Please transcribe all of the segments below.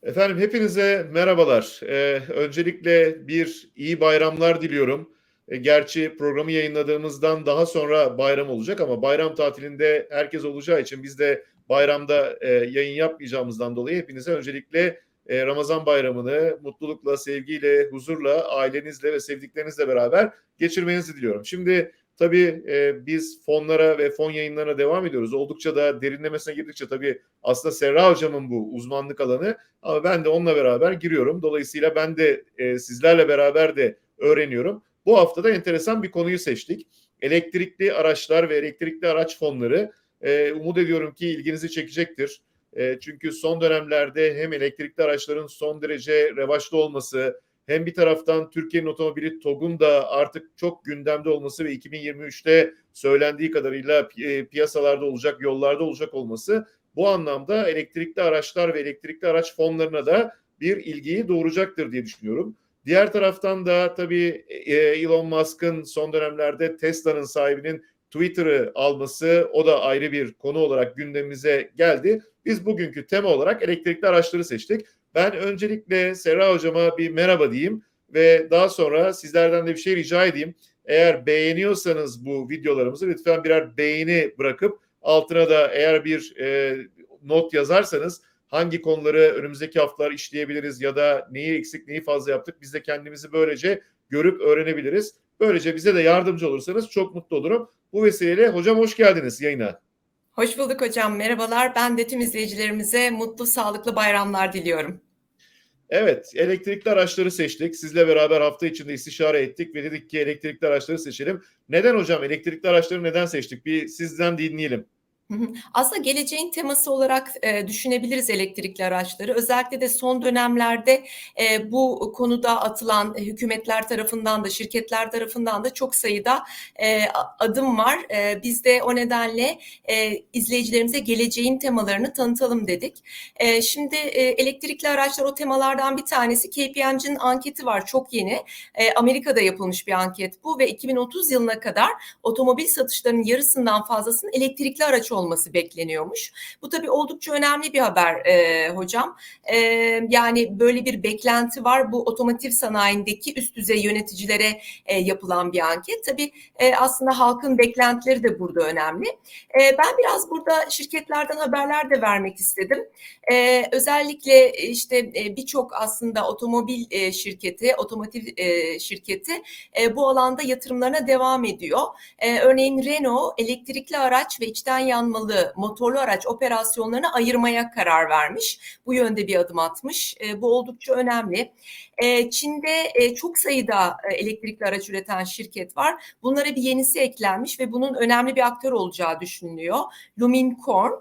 Efendim hepinize merhabalar. Öncelikle bir iyi bayramlar diliyorum. Gerçi programı yayınladığımızdan daha sonra bayram olacak ama bayram tatilinde herkes olacağı için biz de bayramda yayın yapmayacağımızdan dolayı hepinize öncelikle Ramazan bayramını mutlulukla, sevgiyle, huzurla, ailenizle ve sevdiklerinizle beraber geçirmenizi diliyorum. Şimdi tabii biz fonlara ve fon yayınlarına devam ediyoruz. Oldukça da derinlemesine girdikçe tabii aslında Serra Hocam'ın bu uzmanlık alanı ama ben de onunla beraber giriyorum. Dolayısıyla ben de sizlerle beraber de öğreniyorum. Bu hafta da enteresan bir konuyu seçtik. Elektrikli araçlar ve elektrikli araç fonları. Umut ediyorum ki ilginizi çekecektir. Çünkü son dönemlerde hem elektrikli araçların son derece revaçta olması, hem bir taraftan Türkiye'nin otomobili TOG'un da artık çok gündemde olması ve 2023'te söylendiği kadarıyla piyasalarda olacak, yollarda olacak olması bu anlamda elektrikli araçlar ve elektrikli araç fonlarına da bir ilgiyi doğuracaktır diye düşünüyorum. Diğer taraftan da tabii Elon Musk'ın son dönemlerde Tesla'nın sahibinin Twitter'ı alması, o da ayrı bir konu olarak gündemimize geldi. Biz bugünkü tema olarak elektrikli araçları seçtik. Ben öncelikle Serra Hocama bir merhaba diyeyim ve daha sonra sizlerden de bir şey rica edeyim. Eğer beğeniyorsanız bu videolarımızı lütfen birer beğeni bırakıp altına da eğer bir not yazarsanız hangi konuları önümüzdeki haftalar işleyebiliriz ya da neyi eksik neyi fazla yaptık biz de kendimizi böylece görüp öğrenebiliriz. Böylece bize de yardımcı olursanız çok mutlu olurum. Bu vesileyle hocam hoş geldiniz yayına. Hoş bulduk hocam, merhabalar. Ben de tüm izleyicilerimize mutlu, sağlıklı bayramlar diliyorum. Evet, elektrikli araçları seçtik. Sizle beraber hafta içinde istişare ettik ve dedik ki elektrikli araçları seçelim. Neden hocam? Elektrikli araçları neden seçtik? Bir sizden dinleyelim. Aslında geleceğin teması olarak düşünebiliriz elektrikli araçları. Özellikle de son dönemlerde bu konuda atılan hükümetler tarafından da şirketler tarafından da çok sayıda adım var. Biz de o nedenle izleyicilerimize geleceğin temalarını tanıtalım dedik. Şimdi elektrikli araçlar o temalardan bir tanesi. KPMG'nin anketi var, çok yeni. Amerika'da yapılmış bir anket bu ve 2030 yılına kadar otomobil satışlarının yarısından fazlasının elektrikli araç olması bekleniyormuş. Bu tabii oldukça önemli bir haber hocam. Yani böyle bir beklenti var. Bu otomotiv sanayindeki üst düzey yöneticilere yapılan bir anket. Tabii aslında halkın beklentileri de burada önemli. Ben biraz burada şirketlerden haberler de vermek istedim. Özellikle işte birçok aslında otomobil şirketi, otomotiv şirketi bu alanda yatırımlarına devam ediyor. Örneğin Renault elektrikli araç ve içten yanmalı motorlu araç operasyonlarını ayırmaya karar vermiş. Bu yönde bir adım atmış. Bu oldukça önemli. Çin'de çok sayıda elektrikli araç üreten şirket var. Bunlara bir yenisi eklenmiş ve bunun önemli bir aktör olacağı düşünülüyor. Lumincorn.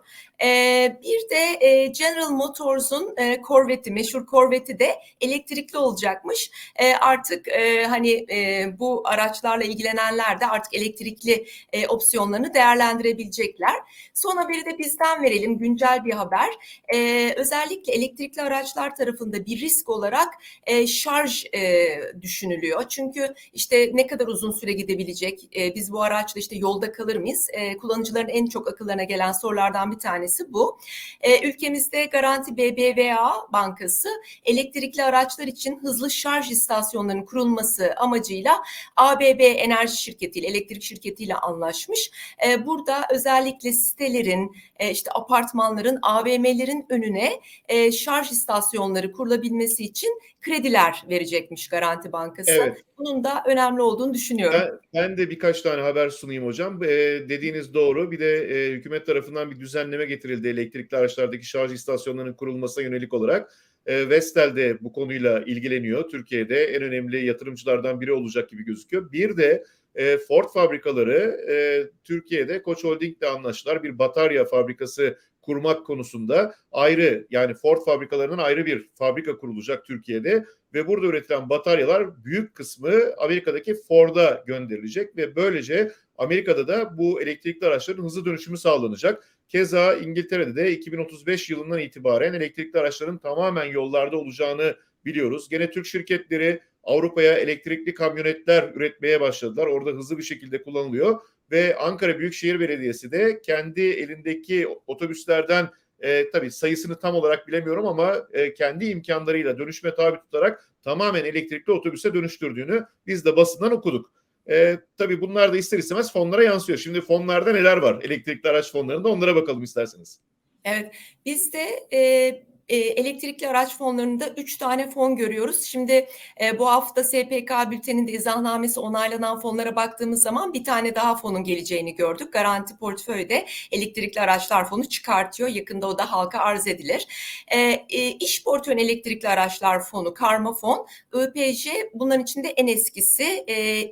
Bir de General Motors'un Corvette'i, meşhur Corvette'i de elektrikli olacakmış. Artık hani bu araçlarla ilgilenenler de artık elektrikli opsiyonlarını değerlendirebilecekler. Son haberi de bizden verelim, güncel bir haber. Özellikle elektrikli araçlar tarafında bir risk olarak şarj düşünülüyor. Çünkü işte ne kadar uzun süre gidebilecek, biz bu araçla işte yolda kalır mıyız? Kullanıcıların en çok akıllarına gelen sorulardan bir tanesi bu. Ülkemizde Garanti BBVA Bankası elektrikli araçlar için hızlı şarj istasyonlarının kurulması amacıyla ABB Enerji Şirketi ile, elektrik şirketiyle anlaşmış. Burada özellikle sitelerin, işte apartmanların, AVM'lerin önüne şarj istasyonları kurulabilmesi için krediler verecekmiş Garanti Bankası. Evet. Bunun da önemli olduğunu düşünüyorum. Ben de birkaç tane haber sunayım hocam. Dediğiniz doğru. Bir de hükümet tarafından bir düzenleme getirildi elektrikli araçlardaki şarj istasyonlarının kurulmasına yönelik olarak. Vestel de bu konuyla ilgileniyor. Türkiye'de en önemli yatırımcılardan biri olacak gibi gözüküyor. Bir de Ford fabrikaları Türkiye'de Koç Holding'le anlaştılar. Bir batarya fabrikası kurmak konusunda ayrı, yani Ford fabrikalarının ayrı bir fabrika kurulacak Türkiye'de ve burada üretilen bataryalar büyük kısmı Amerika'daki Ford'a gönderilecek ve böylece Amerika'da da bu elektrikli araçların hızlı dönüşümü sağlanacak. Keza İngiltere'de de 2035 yılından itibaren elektrikli araçların tamamen yollarda olacağını biliyoruz. Gene Türk şirketleri Avrupa'ya elektrikli kamyonetler üretmeye başladılar. Orada hızlı bir şekilde kullanılıyor ve Ankara Büyükşehir Belediyesi de kendi elindeki otobüslerden tabii sayısını tam olarak bilemiyorum ama kendi imkanlarıyla dönüşüme tabi tutarak tamamen elektrikli otobüse dönüştürdüğünü biz de basından okuduk. Tabii bunlar da ister istemez fonlara yansıyor. Şimdi fonlarda neler var? Elektrikli araç fonlarında onlara bakalım isterseniz. Evet, biz de elektrikli araç fonlarında 3 tane fon görüyoruz. Şimdi bu hafta SPK bülteninde izahnamesi onaylanan fonlara baktığımız zaman bir tane daha fonun geleceğini gördük. Garanti Portföy'de elektrikli araçlar fonu çıkartıyor. Yakında o da halka arz edilir. İş Portföy'ün elektrikli araçlar fonu, karma fon, IPJ bunların içinde en eskisi.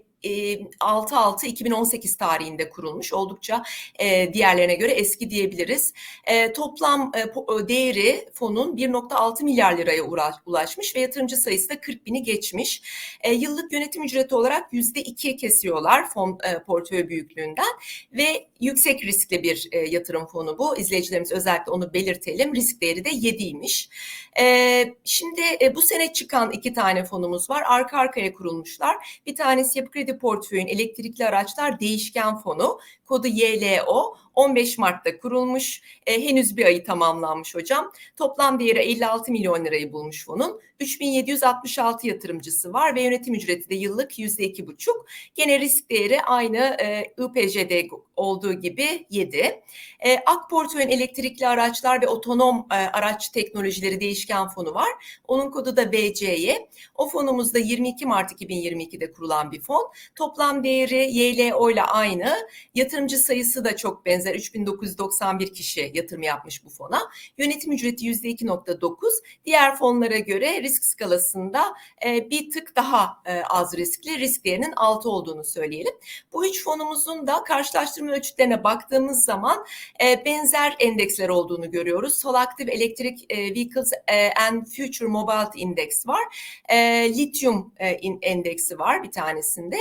6/6/2018 tarihinde kurulmuş. Oldukça diğerlerine göre eski diyebiliriz. Toplam değeri fonun 1,6 milyar liraya ulaşmış ve yatırımcı sayısı da 40 bini geçmiş. Yıllık yönetim ücreti olarak %2 kesiyorlar fon portföy büyüklüğünden ve yüksek riskli bir yatırım fonu bu. İzleyicilerimiz özellikle onu belirtelim. Risk değeri de 7'ymiş. Şimdi bu sene çıkan 2 tane fonumuz var. Arka arkaya kurulmuşlar. Bir tanesi Yapı Kredi Portföy'ün elektrikli araçlar değişken fonu. Kodu YLO. 15 Mart'ta kurulmuş. Henüz bir ayı tamamlanmış hocam. Toplam değeri 56 milyon lirayı bulmuş fonun. 3766 yatırımcısı var ve yönetim ücreti de yıllık %2,5. Gene risk değeri aynı IPJ'de olduğu gibi 7. AK Portföy'ün elektrikli araçlar ve otonom araç teknolojileri değişken fonu var. Onun kodu da VCY. O fonumuz da 22 Mart 2022'de kurulan bir fon. Toplam değeri YLO ile aynı. Yatırımcı sayısı da çok benzer. 3991 kişi yatırım yapmış bu fona. Yönetim ücreti %2,9. Diğer fonlara göre risk skalasında bir tık daha az riskli. Risk değerinin 6 olduğunu söyleyelim. Bu 3 fonumuzun da karşılaştırma ölçütlerine baktığımız zaman benzer endeksler olduğunu görüyoruz. Solactive Electric Vehicles and Future Mobility Index var. Lityum endeksi var bir tanesinde.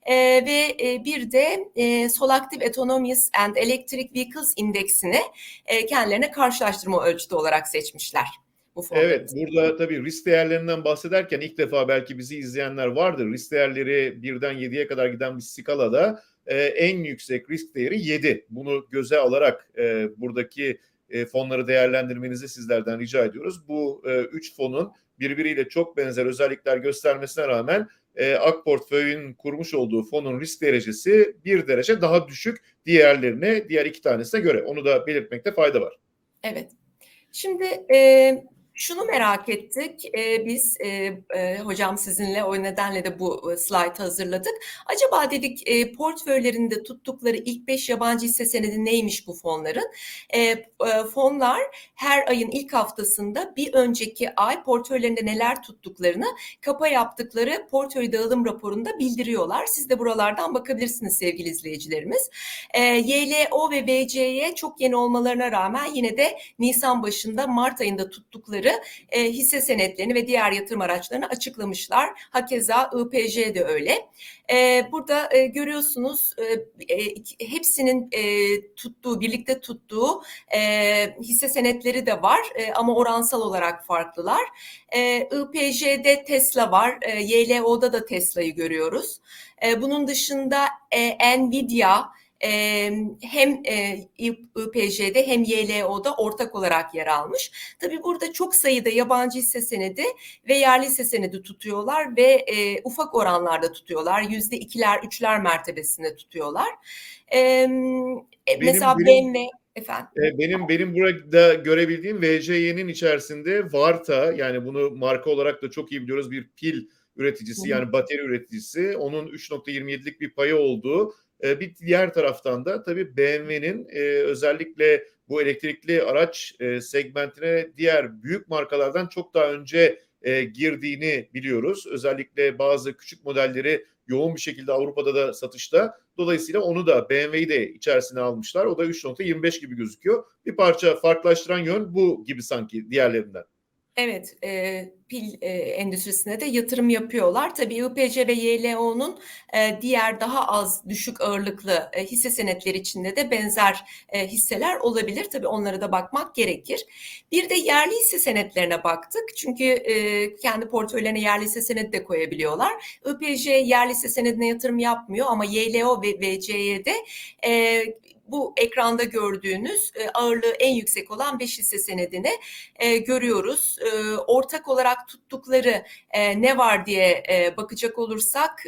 Ve bir de Solactive Autonomous and Electric Vehicles indeksini kendilerine karşılaştırma ölçütü olarak seçmişler. Evet, burada tabii risk değerlerinden bahsederken ilk defa belki bizi izleyenler vardır. Risk değerleri 1'den 7'ye kadar giden bir skalada en yüksek risk değeri 7. Bunu göze alarak buradaki fonları değerlendirmenizi sizlerden rica ediyoruz. Bu 3 fonun birbiriyle çok benzer özellikler göstermesine rağmen AK Portföy'ün kurmuş olduğu fonun risk derecesi bir derece daha düşük diğer 2 tanesine göre. Onu da belirtmekte fayda var. Evet. Şimdi şunu merak ettik. Biz hocam sizinle o nedenle de bu slide hazırladık. Acaba dedik portföylerinde tuttukları ilk 5 yabancı hisse senedi neymiş bu fonların? Fonlar her ayın ilk haftasında bir önceki ay portföylerinde neler tuttuklarını kapa yaptıkları portföy dağılım raporunda bildiriyorlar. Siz de buralardan bakabilirsiniz sevgili izleyicilerimiz. YLO ve VC'ye çok yeni olmalarına rağmen yine de Nisan başında Mart ayında tuttukları hisse senetlerini ve diğer yatırım araçlarını açıklamışlar. Hakeza IPJ de öyle. Burada görüyorsunuz hepsinin birlikte tuttuğu hisse senetleri de var ama oransal olarak farklılar. IPJ'de Tesla var, YLO'da da Tesla'yı görüyoruz. Bunun dışında Nvidia hem IPJ'de hem YLO'da ortak olarak yer almış. Tabii burada çok sayıda yabancı hisse senedi ve yerli hisse senedi tutuyorlar ve ufak oranlarda tutuyorlar. %2'ler, 3'ler mertebesinde tutuyorlar. Mesela BMW efendim. Benim burada görebildiğim VCY'nin içerisinde Varta, yani bunu marka olarak da çok iyi biliyoruz, bir pil üreticisi, yani bateri üreticisi. Onun 3,27'lik bir payı olduğu. Bir diğer taraftan da tabii BMW'nin özellikle bu elektrikli araç segmentine diğer büyük markalardan çok daha önce girdiğini biliyoruz. Özellikle bazı küçük modelleri yoğun bir şekilde Avrupa'da da satışta. Dolayısıyla onu da, BMW'yi de içerisine almışlar. O da 3,25 gibi gözüküyor. Bir parça farklılaştıran yön bu gibi sanki diğerlerinden. Evet, pil endüstrisine de yatırım yapıyorlar. Tabii IPC ve YLO'nun diğer daha az düşük ağırlıklı hisse senetleri içinde de benzer hisseler olabilir. Tabii onlara da bakmak gerekir. Bir de yerli hisse senetlerine baktık. Çünkü kendi portföylerine yerli hisse senedi de koyabiliyorlar. IPC yerli hisse senedine yatırım yapmıyor ama YLO ve VC'ye de bu ekranda gördüğünüz ağırlığı en yüksek olan 5 hisse senedini görüyoruz. Ortak olarak tuttukları ne var diye bakacak olursak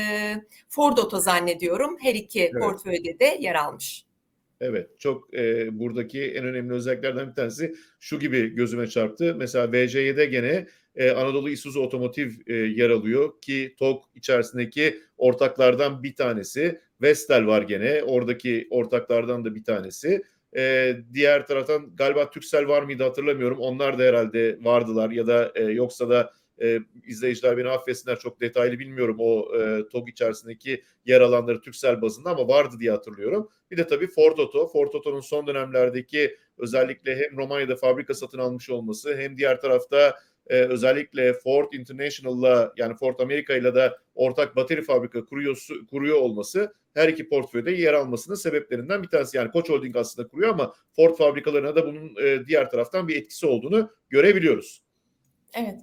Ford Oto zannediyorum her iki Evet. portföyde de yer almış. Evet, çok buradaki en önemli özelliklerden bir tanesi şu gibi gözüme çarptı. Mesela VC'de gene Anadolu Isuzu Otomotiv yer alıyor ki TOG içerisindeki ortaklardan bir tanesi. Vestel var gene, oradaki ortaklardan da bir tanesi. Diğer taraftan galiba Türksel var mıydı hatırlamıyorum. Onlar da herhalde vardılar ya da yoksa da izleyiciler beni affetsinler, çok detaylı bilmiyorum o TOG içerisindeki yer alanları Türksel bazında ama vardı diye hatırlıyorum. Bir de tabii Ford Oto. Ford Oto'nun son dönemlerdeki özellikle hem Romanya'da fabrika satın almış olması hem diğer tarafta özellikle Ford International'la yani Ford Amerika'yla da ortak bateri fabrika kuruyor olması her iki portföyde yer almasının sebeplerinden bir tanesi. Yani Koç Holding aslında kuruyor ama Ford fabrikalarına da bunun diğer taraftan bir etkisi olduğunu görebiliyoruz. Evet.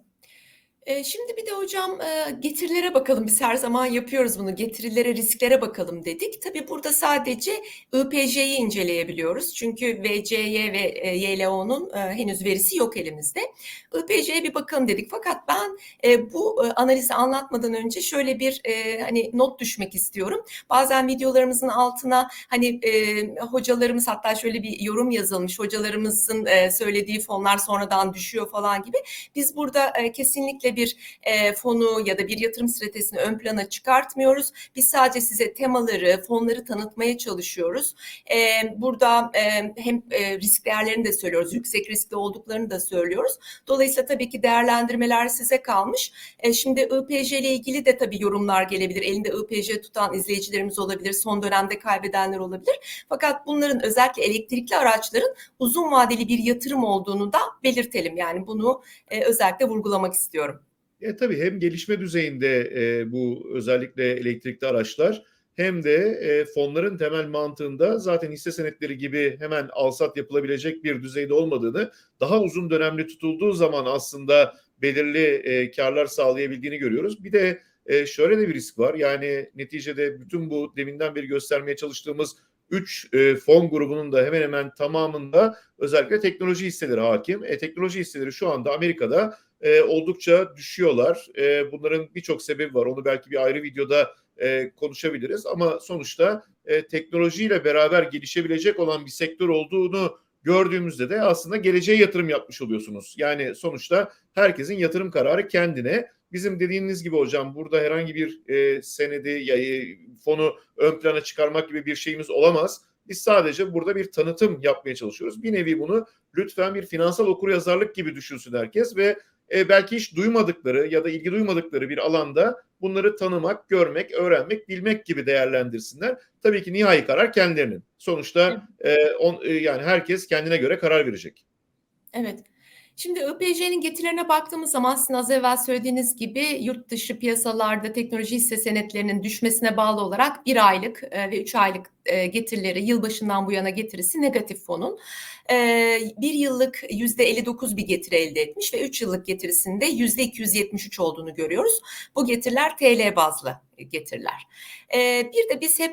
Şimdi bir de hocam getirilere bakalım. Biz her zaman yapıyoruz bunu. Getirilere, risklere bakalım dedik. Tabii burada sadece IPJ'yi inceleyebiliyoruz. Çünkü VCY ve YLO'nun henüz verisi yok elimizde. IPJ'ye bir bakalım dedik. Fakat ben bu analizi anlatmadan önce şöyle bir hani not düşmek istiyorum. Bazen videolarımızın altına hani hocalarımız hatta şöyle bir yorum yazılmış. Hocalarımızın söylediği fonlar sonradan düşüyor falan gibi. Biz burada kesinlikle bir fonu ya da bir yatırım stratejisini ön plana çıkartmıyoruz. Biz sadece size temaları, fonları tanıtmaya çalışıyoruz. Burada hem risk değerlerini de söylüyoruz, yüksek riskli olduklarını da söylüyoruz. Dolayısıyla tabii ki değerlendirmeler size kalmış. Şimdi IPJ ile ilgili de tabii yorumlar gelebilir. Elinde IPJ tutan izleyicilerimiz olabilir, son dönemde kaybedenler olabilir. Fakat bunların özellikle elektrikli araçların uzun vadeli bir yatırım olduğunu da belirtelim. Yani bunu özellikle vurgulamak istiyorum. Tabii hem gelişme düzeyinde bu özellikle elektrikli araçlar hem de fonların temel mantığında zaten hisse senetleri gibi hemen alsat yapılabilecek bir düzeyde olmadığını, daha uzun dönemli tutulduğu zaman aslında belirli karlar sağlayabildiğini görüyoruz. Bir de şöyle de bir risk var. Yani neticede bütün bu deminden beri göstermeye çalıştığımız 3 fon grubunun da hemen hemen tamamında özellikle teknoloji hisseleri hakim. Teknoloji hisseleri şu anda Amerika'da oldukça düşüyorlar. Bunların birçok sebebi var. Onu belki bir ayrı videoda konuşabiliriz. Ama sonuçta teknolojiyle beraber gelişebilecek olan bir sektör olduğunu gördüğümüzde de aslında geleceğe yatırım yapmış oluyorsunuz. Yani sonuçta herkesin yatırım kararı kendine. Bizim dediğiniz gibi hocam burada herhangi bir senedi ya fonu ön plana çıkarmak gibi bir şeyimiz olamaz. Biz sadece burada bir tanıtım yapmaya çalışıyoruz. Bir nevi bunu lütfen bir finansal okuryazarlık gibi düşünsün herkes ve belki hiç duymadıkları ya da ilgi duymadıkları bir alanda bunları tanımak, görmek, öğrenmek, bilmek gibi değerlendirsinler. Tabii ki nihai karar kendilerinin. Sonuçta yani herkes kendine göre karar verecek. Evet. Şimdi IPJ'nin getirilerine baktığımız zaman sizin az evvel söylediğiniz gibi yurt dışı piyasalarda teknoloji hisse senetlerinin düşmesine bağlı olarak 1 aylık ve 3 aylık getirileri yılbaşından bu yana getirisi negatif fonun. 1 yıllık %59 bir getiri elde etmiş ve 3 yıllık getirisinde %273 olduğunu görüyoruz. Bu getiriler TL bazlı getiriler. Bir de biz hep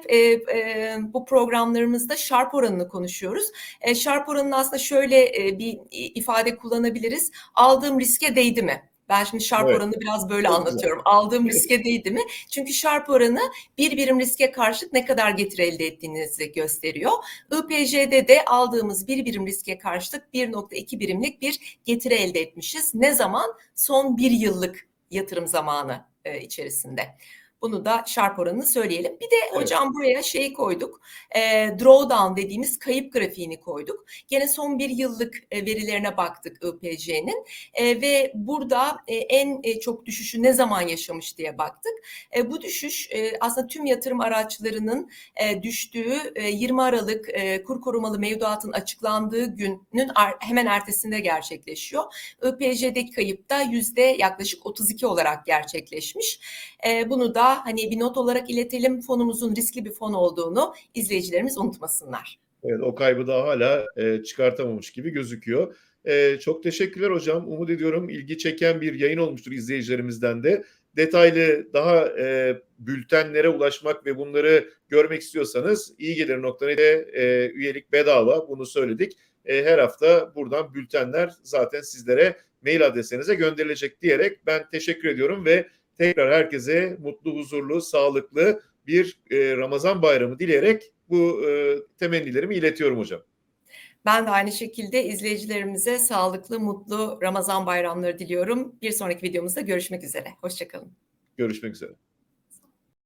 bu programlarımızda Sharpe oranını konuşuyoruz. Sharpe oranının aslında şöyle bir ifade kullanabiliriz. Aldığım riske değdi mi? Ben şimdi Sharpe Evet. oranını biraz böyle Çok güzel. anlatıyorum. Aldığım riske değdi mi? Çünkü Sharpe oranı bir birim riske karşılık ne kadar getiri elde ettiğinizi gösteriyor. IPJ'de de aldığımız bir birim riske karşılık 1,2 birimlik bir getiri elde etmişiz. Ne zaman? Son 1 yıllık yatırım zamanı içerisinde. Bunu da Sharpe oranını söyleyelim. Bir de hocam buraya şeyi koyduk. Drawdown dediğimiz kayıp grafiğini koyduk. Gene son 1 yıllık verilerine baktık IPJ'nin ve burada en çok düşüşü ne zaman yaşamış diye baktık. Bu düşüş aslında tüm yatırım araçlarının düştüğü 20 Aralık kur korumalı mevduatın açıklandığı günün hemen ertesinde gerçekleşiyor. IPJ'deki kayıp da yaklaşık 32 olarak gerçekleşmiş. Bunu da hani bir not olarak iletelim, fonumuzun riskli bir fon olduğunu izleyicilerimiz unutmasınlar. Evet, o kaybı da hala çıkartamamış gibi gözüküyor. Çok teşekkürler hocam. Umut ediyorum ilgi çeken bir yayın olmuştur izleyicilerimizden de. detaylı daha bültenlere ulaşmak ve bunları görmek istiyorsanız iyigelir.net'e üyelik bedava, bunu söyledik. Her hafta buradan bültenler zaten sizlere mail adreslerinize gönderilecek diyerek ben teşekkür ediyorum ve tekrar herkese mutlu, huzurlu, sağlıklı bir Ramazan bayramı dileyerek bu temennilerimi iletiyorum hocam. Ben de aynı şekilde izleyicilerimize sağlıklı, mutlu Ramazan bayramları diliyorum. Bir sonraki videomuzda görüşmek üzere. Hoşça kalın. Görüşmek üzere.